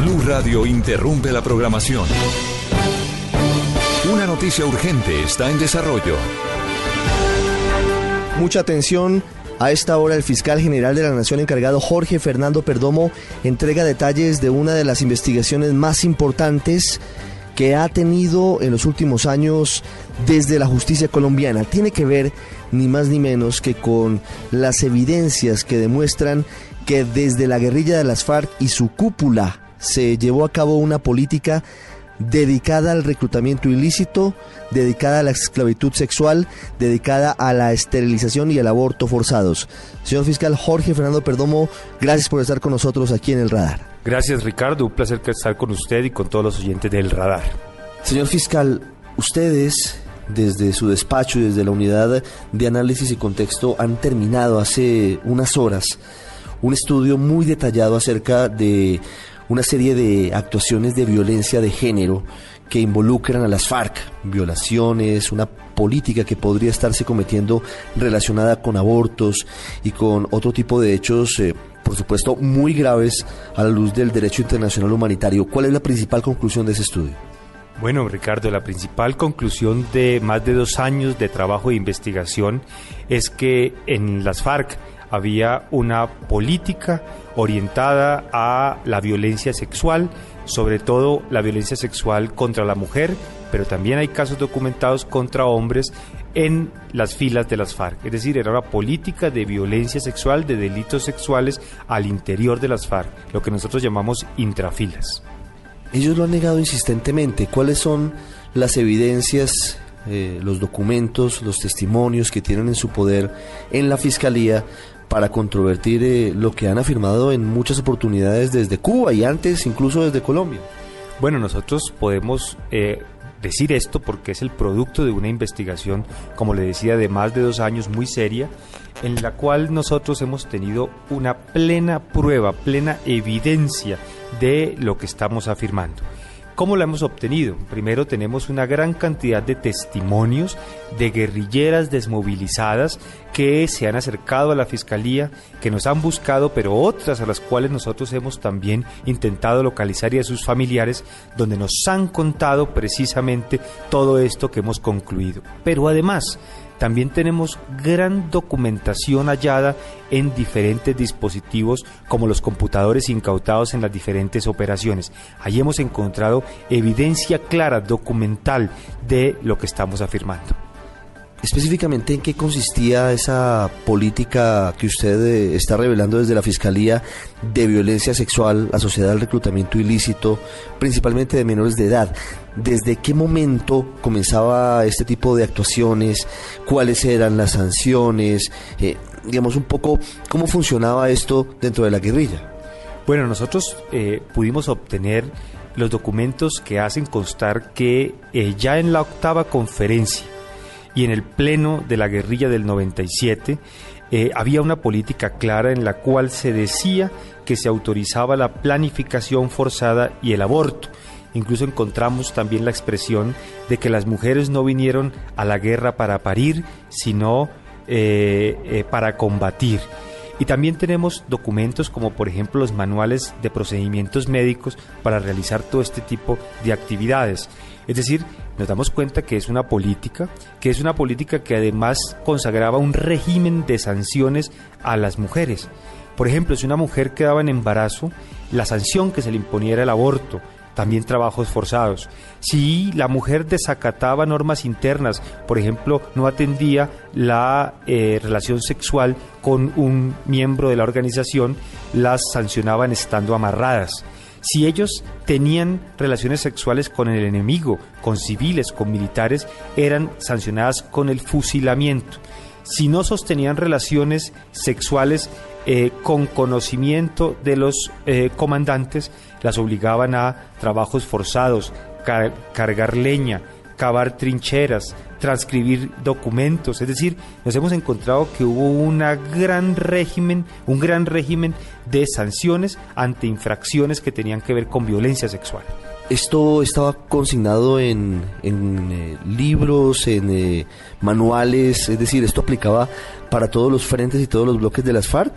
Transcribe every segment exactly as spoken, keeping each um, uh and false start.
Blue Radio interrumpe la programación. Una noticia urgente está en desarrollo. Mucha atención. A esta hora, el fiscal general de la Nación encargado, Jorge Fernando Perdomo, entrega detalles de una de las investigaciones más importantes que ha tenido en los últimos años desde la justicia colombiana. Tiene que ver ni más ni menos que con las evidencias que demuestran que desde la guerrilla de las FARC y su cúpula se llevó a cabo una política dedicada al reclutamiento ilícito, dedicada a la esclavitud sexual, dedicada a la esterilización y al aborto forzados. Señor fiscal Jorge Fernando Perdomo, gracias por estar con nosotros aquí en El Radar. Gracias, Ricardo, un placer estar con usted y con todos los oyentes del Radar. Señor fiscal, ustedes desde su despacho y desde la unidad de análisis y contexto han terminado hace unas horas un estudio muy detallado acerca de una serie de actuaciones de violencia de género que involucran a las FARC, violaciones, una política que podría estarse cometiendo relacionada con abortos y con otro tipo de hechos, eh, por supuesto, muy graves a la luz del derecho internacional humanitario. ¿Cuál es la principal conclusión de ese estudio? Bueno, Ricardo, la principal conclusión de más de dos años de trabajo de investigación es que en las FARC había una política orientada a la violencia sexual, sobre todo la violencia sexual contra la mujer, pero también hay casos documentados contra hombres en las filas de las FARC. Es decir, era una política de violencia sexual, de delitos sexuales al interior de las FARC, lo que nosotros llamamos intrafilas. Ellos lo han negado insistentemente. ¿Cuáles son las evidencias, eh, los documentos, los testimonios que tienen en su poder en la Fiscalía para controvertir eh, lo que han afirmado en muchas oportunidades desde Cuba y antes incluso desde Colombia? Bueno, nosotros podemos eh, decir esto porque es el producto de una investigación, como le decía, de más de dos años muy seria, en la cual nosotros hemos tenido una plena prueba, plena evidencia de lo que estamos afirmando. ¿Cómo lo hemos obtenido? Primero, tenemos una gran cantidad de testimonios de guerrilleras desmovilizadas que se han acercado a la Fiscalía, que nos han buscado, pero otras a las cuales nosotros hemos también intentado localizar y a sus familiares, donde nos han contado precisamente todo esto que hemos concluido. Pero además, también tenemos gran documentación hallada en diferentes dispositivos como los computadores incautados en las diferentes operaciones. Allí hemos encontrado evidencia clara, documental, de lo que estamos afirmando. Específicamente, ¿en qué consistía esa política que usted eh, está revelando desde la Fiscalía de violencia sexual asociada al reclutamiento ilícito, principalmente de menores de edad? ¿Desde qué momento comenzaba este tipo de actuaciones? ¿Cuáles eran las sanciones? Eh, digamos un poco, ¿cómo funcionaba esto dentro de la guerrilla? Bueno, nosotros eh, pudimos obtener los documentos que hacen constar que eh, ya en la octava conferencia y en el pleno de la guerrilla del noventa y siete, eh, había una política clara en la cual se decía que se autorizaba la planificación forzada y el aborto. Incluso encontramos también la expresión de que las mujeres no vinieron a la guerra para parir, sino eh, eh, para combatir. Y también tenemos documentos como por ejemplo los manuales de procedimientos médicos para realizar todo este tipo de actividades. Es decir, nos damos cuenta que es una política, que es una política que además consagraba un régimen de sanciones a las mujeres. Por ejemplo, si una mujer quedaba en embarazo, la sanción que se le imponía era el aborto, también trabajos forzados. Si la mujer desacataba normas internas, por ejemplo, no atendía la eh, relación sexual con un miembro de la organización, las sancionaban estando amarradas. Si ellos tenían relaciones sexuales con el enemigo, con civiles, con militares, eran sancionadas con el fusilamiento. Si no sostenían relaciones sexuales eh, con conocimiento de los eh, comandantes, las obligaban a trabajos forzados, car- cargar leña, cavar trincheras, transcribir documentos. Es decir, nos hemos encontrado que hubo una gran régimen, un gran régimen de sanciones ante infracciones que tenían que ver con violencia sexual. ¿Esto estaba consignado en, en eh, libros, en eh, manuales? Es decir, ¿esto aplicaba para todos los frentes y todos los bloques de las FARC?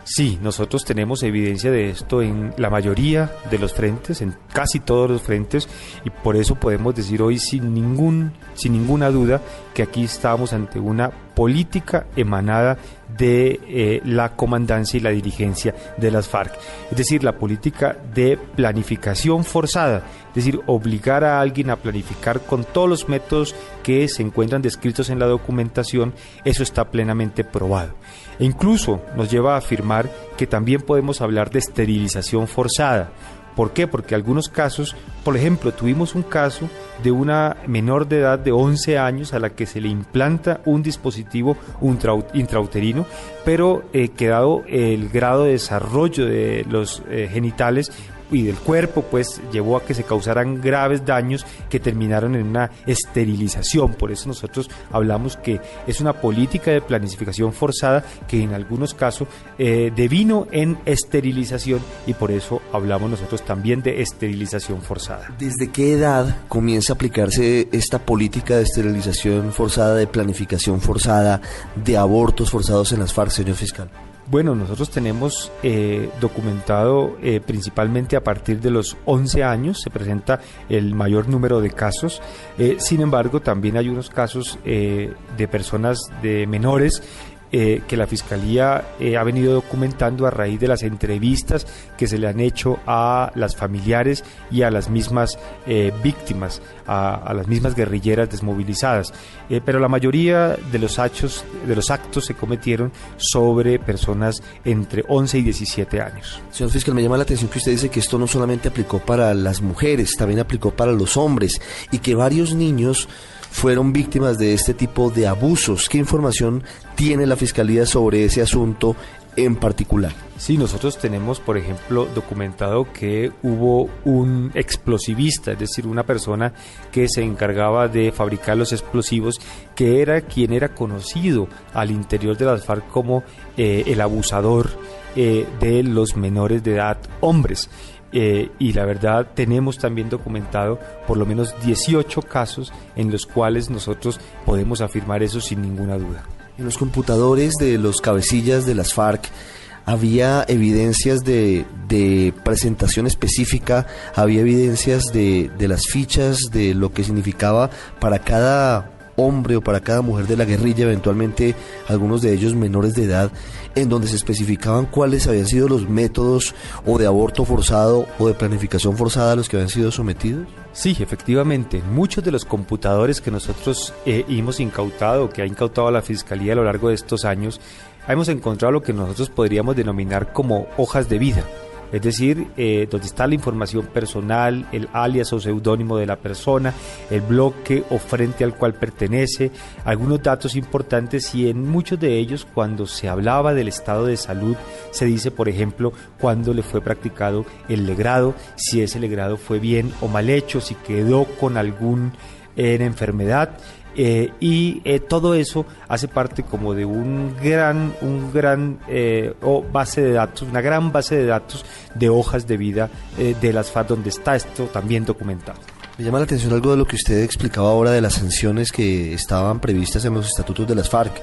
Sí, nosotros tenemos evidencia de esto en la mayoría de los frentes, en casi todos los frentes, y por eso podemos decir hoy sin ningún, sin ninguna duda que aquí estamos ante una política emanada de eh, la comandancia y la dirigencia de las FARC, es decir, la política de planificación forzada, es decir, obligar a alguien a planificar con todos los métodos que se encuentran descritos en la documentación. Eso está plenamente probado. E incluso nos lleva a afirmar que también podemos hablar de esterilización forzada. ¿Por qué? Porque algunos casos, por ejemplo, tuvimos un caso de una menor de edad de once años a la que se le implanta un dispositivo intrauterino, pero eh, que dado el grado de desarrollo de los eh, genitales y del cuerpo, pues llevó a que se causaran graves daños que terminaron en una esterilización. Por eso nosotros hablamos que es una política de planificación forzada que en algunos casos eh, devino en esterilización, y por eso hablamos nosotros también de esterilización forzada. ¿Desde qué edad comienza a aplicarse esta política de esterilización forzada, de planificación forzada, de abortos forzados en las FARC, señor fiscal? Bueno, nosotros tenemos eh, documentado eh, principalmente a partir de los once años, se presenta el mayor número de casos. Eh, sin embargo, también hay unos casos eh, de personas de menores Eh, que la Fiscalía eh, ha venido documentando a raíz de las entrevistas que se le han hecho a las familiares y a las mismas eh, víctimas, a, a las mismas guerrilleras desmovilizadas. Eh, pero la mayoría de los hechos, de los actos se cometieron sobre personas entre once y diecisiete años. Señor fiscal, me llama la atención que usted dice que esto no solamente aplicó para las mujeres, también aplicó para los hombres, y que varios niños fueron víctimas de este tipo de abusos. ¿Qué información tiene la Fiscalía sobre ese asunto en particular? Sí, nosotros tenemos, por ejemplo, documentado que hubo un explosivista, es decir, una persona que se encargaba de fabricar los explosivos, que era quien era conocido al interior de las FARC como eh, el abusador eh, de los menores de edad, hombres. Eh, y la verdad tenemos también documentado por lo menos dieciocho casos en los cuales nosotros podemos afirmar eso sin ninguna duda. En los computadores de los cabecillas de las FARC había evidencias de, de presentación específica, había evidencias de, de las fichas, de lo que significaba para cada hombre o para cada mujer de la guerrilla, eventualmente algunos de ellos menores de edad, en donde se especificaban cuáles habían sido los métodos o de aborto forzado o de planificación forzada a los que habían sido sometidos. Sí, efectivamente, muchos de los computadores que nosotros eh, hemos incautado, que ha incautado la Fiscalía a lo largo de estos años, hemos encontrado lo que nosotros podríamos denominar como hojas de vida. Es decir, eh, donde está la información personal, el alias o seudónimo de la persona, el bloque o frente al cual pertenece, algunos datos importantes, y en muchos de ellos, cuando se hablaba del estado de salud, se dice, por ejemplo, cuándo le fue practicado el legrado, si ese legrado fue bien o mal hecho, si quedó con alguna eh, enfermedad. Eh, y eh, todo eso hace parte como de un gran, un gran eh, o base de datos, una gran base de datos de hojas de vida eh, de las FARC, donde está esto también documentado. Me llama la atención algo de lo que usted explicaba ahora de las sanciones que estaban previstas en los estatutos de las FARC.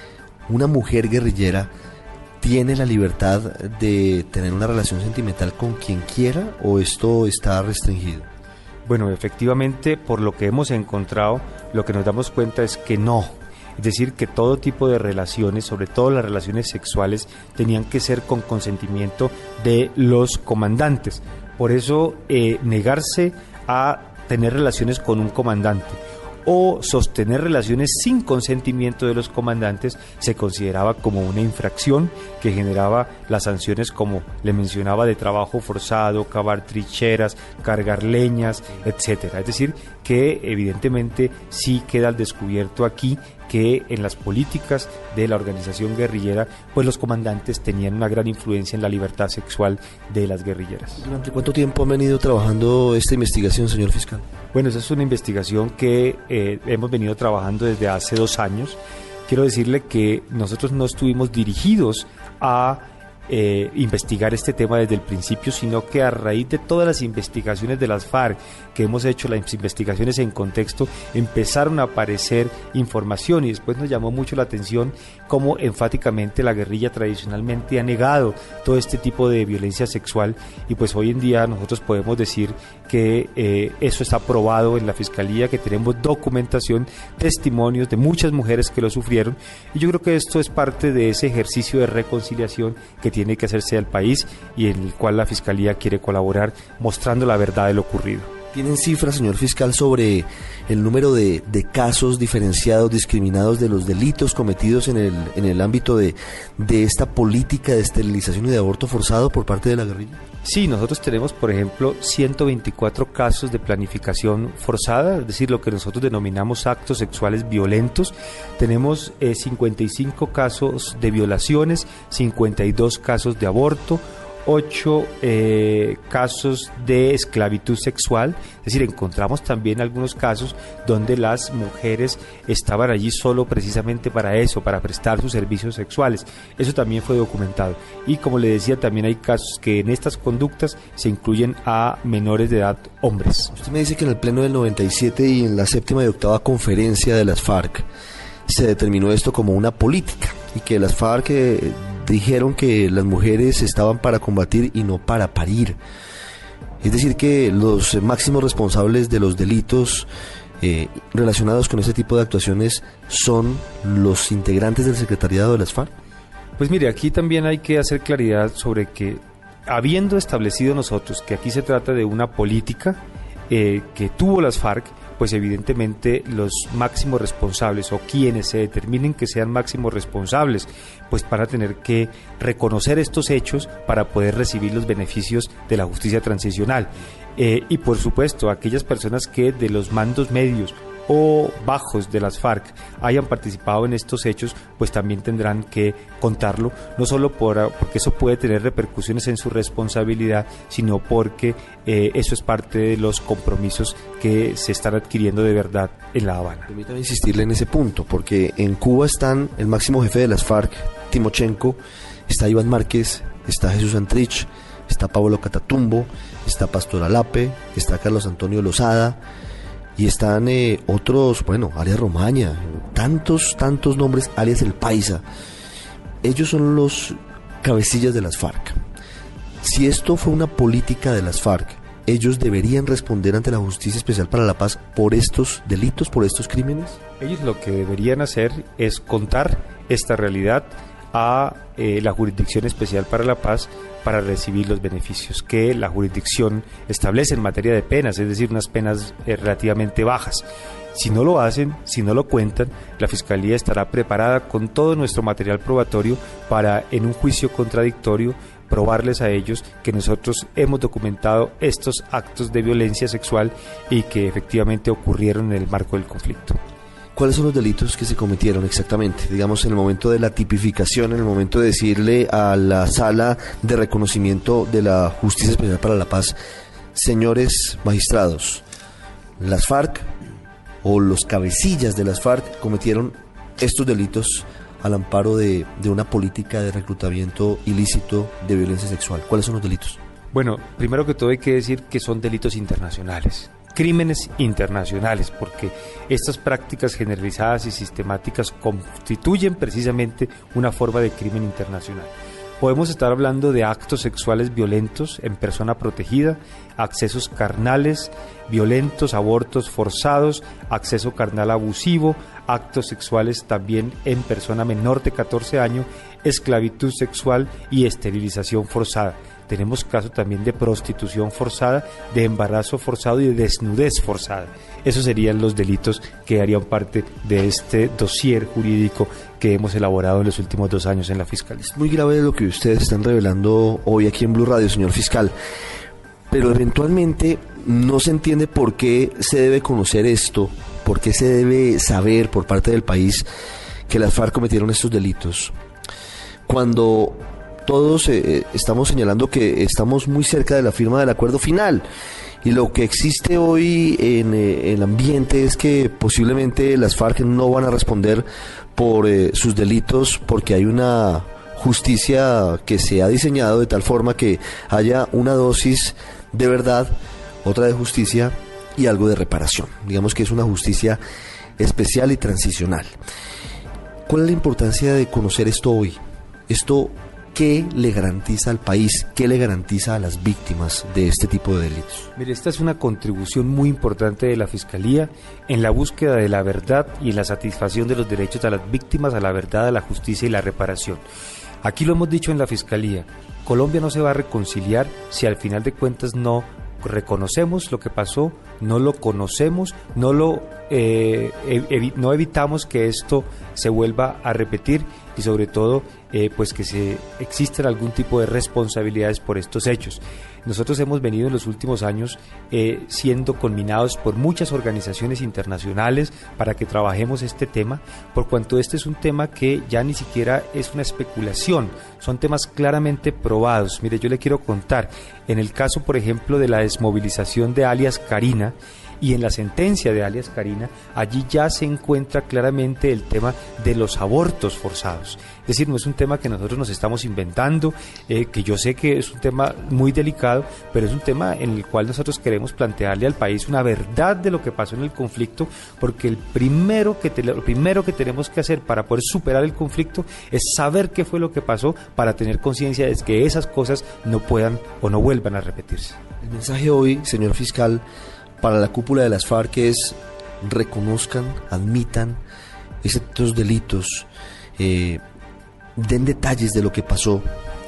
Una mujer guerrillera tiene la libertad de tener una relación sentimental con quien quiera, ¿o esto está restringido? Bueno, efectivamente, por lo que hemos encontrado, lo que nos damos cuenta es que no. Es decir, que todo tipo de relaciones, sobre todo las relaciones sexuales, tenían que ser con consentimiento de los comandantes. Por eso, eh, negarse a tener relaciones con un comandante o sostener relaciones sin consentimiento de los comandantes se consideraba como una infracción que generaba las sanciones, como le mencionaba, de trabajo forzado, cavar trincheras, cargar leñas, etcétera. Es decir, que evidentemente sí queda al descubierto aquí que en las políticas de la organización guerrillera, pues los comandantes tenían una gran influencia en la libertad sexual de las guerrilleras. ¿Durante cuánto tiempo han venido trabajando esta investigación, señor fiscal? Bueno, esa es una investigación que eh, hemos venido trabajando desde hace dos años. Quiero decirle que nosotros no estuvimos dirigidos a eh, investigar este tema desde el principio, sino que a raíz de todas las investigaciones de las FARC que hemos hecho, las investigaciones en contexto, empezaron a aparecer información y después nos llamó mucho la atención cómo enfáticamente la guerrilla tradicionalmente ha negado todo este tipo de violencia sexual, y pues hoy en día nosotros podemos decir que eh, eso está probado en la Fiscalía, que tenemos documentación, testimonios de muchas mujeres que lo sufrieron, y yo creo que esto es parte de ese ejercicio de reconciliación que tiene que hacerse al país y en el cual la Fiscalía quiere colaborar mostrando la verdad de lo ocurrido. ¿Tienen cifras, señor fiscal, sobre el número de, de casos diferenciados, discriminados de los delitos cometidos en el, en el ámbito de, de esta política de esterilización y de aborto forzado por parte de la guerrilla? Sí, nosotros tenemos, por ejemplo, ciento veinticuatro casos de planificación forzada, es decir, lo que nosotros denominamos actos sexuales violentos. Tenemos eh, cincuenta y cinco casos de violaciones, cincuenta y dos casos de aborto, ocho eh, casos de esclavitud sexual, es decir, encontramos también algunos casos donde las mujeres estaban allí solo precisamente para eso, para prestar sus servicios sexuales. Eso también fue documentado. Y como le decía, también hay casos que en estas conductas se incluyen a menores de edad, hombres. Usted me dice que en el pleno del noventa y siete y en la séptima y octava conferencia de las FARC se determinó esto como una política y que las FARC eh, dijeron que las mujeres estaban para combatir y no para parir. Es decir, que los máximos responsables de los delitos eh, relacionados con este tipo de actuaciones son los integrantes del secretariado de las FARC. Pues mire, aquí también hay que hacer claridad sobre que, habiendo establecido nosotros que aquí se trata de una política eh, que tuvo las FARC, pues evidentemente los máximos responsables o quienes se determinen que sean máximos responsables, pues van a tener que reconocer estos hechos para poder recibir los beneficios de la justicia transicional. Eh, y por supuesto, aquellas personas que de los mandos medios o bajos de las FARC hayan participado en estos hechos, pues también tendrán que contarlo, no solo por, porque eso puede tener repercusiones en su responsabilidad, sino porque eh, eso es parte de los compromisos que se están adquiriendo de verdad en La Habana. Permítame insistirle en ese punto, porque en Cuba están el máximo jefe de las FARC, Timochenko, está Iván Márquez, está Jesús Santrich, está Pablo Catatumbo, está Pastor Alape, está Carlos Antonio Lozada, y están eh, otros, bueno, alias Romaña, tantos, tantos nombres, alias El Paisa. Ellos son los cabecillas de las FARC. Si esto fue una política de las FARC, ellos deberían responder ante la Justicia Especial para la Paz por estos delitos, por estos crímenes. Ellos lo que deberían hacer es contar esta realidad a eh, la Jurisdicción Especial para la Paz para recibir los beneficios que la jurisdicción establece en materia de penas, es decir, unas penas eh, relativamente bajas. Si no lo hacen, si no lo cuentan, la Fiscalía estará preparada con todo nuestro material probatorio para, en un juicio contradictorio, probarles a ellos que nosotros hemos documentado estos actos de violencia sexual y que efectivamente ocurrieron en el marco del conflicto. ¿Cuáles son los delitos que se cometieron exactamente? Digamos, en el momento de la tipificación, en el momento de decirle a la Sala de Reconocimiento de la Justicia Especial para la Paz, señores magistrados, las FARC o los cabecillas de las FARC cometieron estos delitos al amparo de, de una política de reclutamiento ilícito de violencia sexual. ¿Cuáles son los delitos? Bueno, primero que todo hay que decir que son delitos internacionales. Crímenes internacionales, porque estas prácticas generalizadas y sistemáticas constituyen precisamente una forma de crimen internacional. Podemos estar hablando de actos sexuales violentos en persona protegida, accesos carnales violentos, abortos forzados, acceso carnal abusivo, actos sexuales también en persona menor de catorce años, esclavitud sexual y esterilización forzada. Tenemos casos también de prostitución forzada, de embarazo forzado y de desnudez forzada. Esos serían los delitos que harían parte de este dossier jurídico que hemos elaborado en los últimos dos años en la Fiscalía. Es muy grave lo que ustedes están revelando hoy aquí en Blue Radio, señor fiscal, pero eventualmente no se entiende por qué se debe conocer esto, por qué se debe saber por parte del país que las FARC cometieron estos delitos, cuando todos eh, estamos señalando que estamos muy cerca de la firma del acuerdo final. Y lo que existe hoy en eh, el ambiente es que posiblemente las FARC no van a responder por eh, sus delitos porque hay una justicia que se ha diseñado de tal forma que haya una dosis de verdad, otra de justicia y algo de reparación. Digamos que es una justicia especial y transicional. ¿Cuál es la importancia de conocer esto hoy? Esto, ¿qué le garantiza al país? ¿Qué le garantiza a las víctimas de este tipo de delitos? Mire, esta es una contribución muy importante de la Fiscalía en la búsqueda de la verdad y en la satisfacción de los derechos a las víctimas, a la verdad, a la justicia y la reparación. Aquí lo hemos dicho en la Fiscalía, Colombia no se va a reconciliar si al final de cuentas no reconocemos lo que pasó, no lo conocemos, no lo eh, evi- no evitamos que esto se vuelva a repetir y sobre todo eh, pues que se existen algún tipo de responsabilidades por estos hechos. Nosotros hemos venido en los últimos años eh, siendo conminados por muchas organizaciones internacionales para que trabajemos este tema, por cuanto este es un tema que ya ni siquiera es una especulación, son temas claramente probados. Mire, yo le quiero contar, en el caso por ejemplo de la desmovilización de alias Karina, y en la sentencia de alias Karina, allí ya se encuentra claramente el tema de los abortos forzados. Es decir, no es un tema que nosotros nos estamos inventando, eh, que yo sé que es un tema muy delicado, pero es un tema en el cual nosotros queremos plantearle al país una verdad de lo que pasó en el conflicto, porque el primero que te, lo primero que tenemos que hacer para poder superar el conflicto es saber qué fue lo que pasó, para tener conciencia de que esas cosas no puedan o no vuelvan a repetirse. El mensaje hoy, señor fiscal, para la cúpula de las FARC es: reconozcan, admitan estos delitos, eh, den detalles de lo que pasó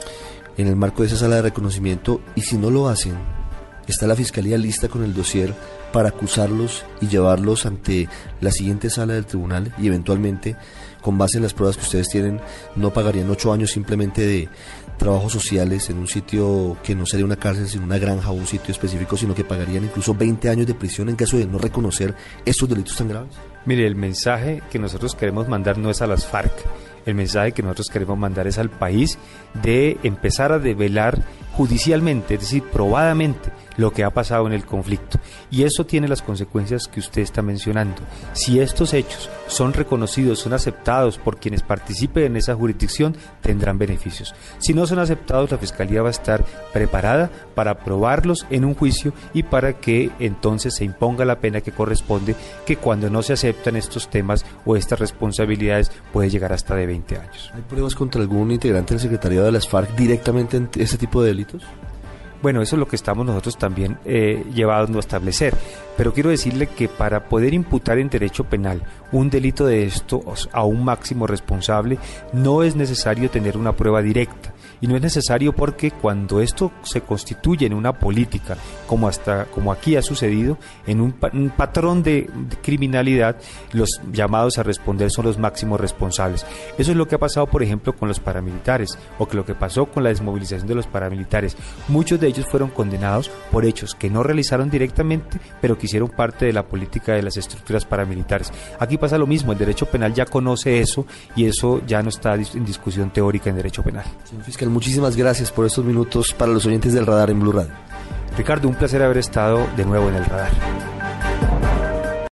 en el marco de esa sala de reconocimiento, y si no lo hacen, está la Fiscalía lista con el dossier para acusarlos y llevarlos ante la siguiente sala del tribunal, y eventualmente, con base en las pruebas que ustedes tienen, no pagarían ocho años simplemente de trabajos sociales en un sitio que no sería una cárcel, sino una granja o un sitio específico, sino que pagarían incluso veinte años de prisión en caso de no reconocer estos delitos tan graves. Mire, el mensaje que nosotros queremos mandar no es a las FARC, el mensaje que nosotros queremos mandar es al país de empezar a develar judicialmente, es decir, probadamente, lo que ha pasado en el conflicto. Y eso tiene las consecuencias que usted está mencionando. Si estos hechos son reconocidos, son aceptados por quienes participen en esa jurisdicción, tendrán beneficios. Si no son aceptados, la Fiscalía va a estar preparada para probarlos en un juicio y para que entonces se imponga la pena que corresponde, que cuando no se aceptan estos temas o estas responsabilidades puede llegar hasta de veinte años. ¿Hay pruebas contra algún integrante del secretariado de las FARC directamente en este tipo de delitos? Bueno, eso es lo que estamos nosotros también eh, llevados a establecer, pero quiero decirle que para poder imputar en derecho penal un delito de estos a un máximo responsable no es necesario tener una prueba directa. Y no es necesario porque cuando esto se constituye en una política, como hasta como aquí ha sucedido, en un, un patrón de, de criminalidad, los llamados a responder son los máximos responsables. Eso es lo que ha pasado, por ejemplo, con los paramilitares, o que lo que pasó con la desmovilización de los paramilitares. Muchos de ellos fueron condenados por hechos que no realizaron directamente, pero que hicieron parte de la política de las estructuras paramilitares. Aquí pasa lo mismo, el derecho penal ya conoce eso, y eso ya no está en discusión teórica en derecho penal. Señor fiscal, muchísimas gracias por estos minutos para los oyentes del Radar en Blue Radio. Ricardo, un placer haber estado de nuevo en el Radar.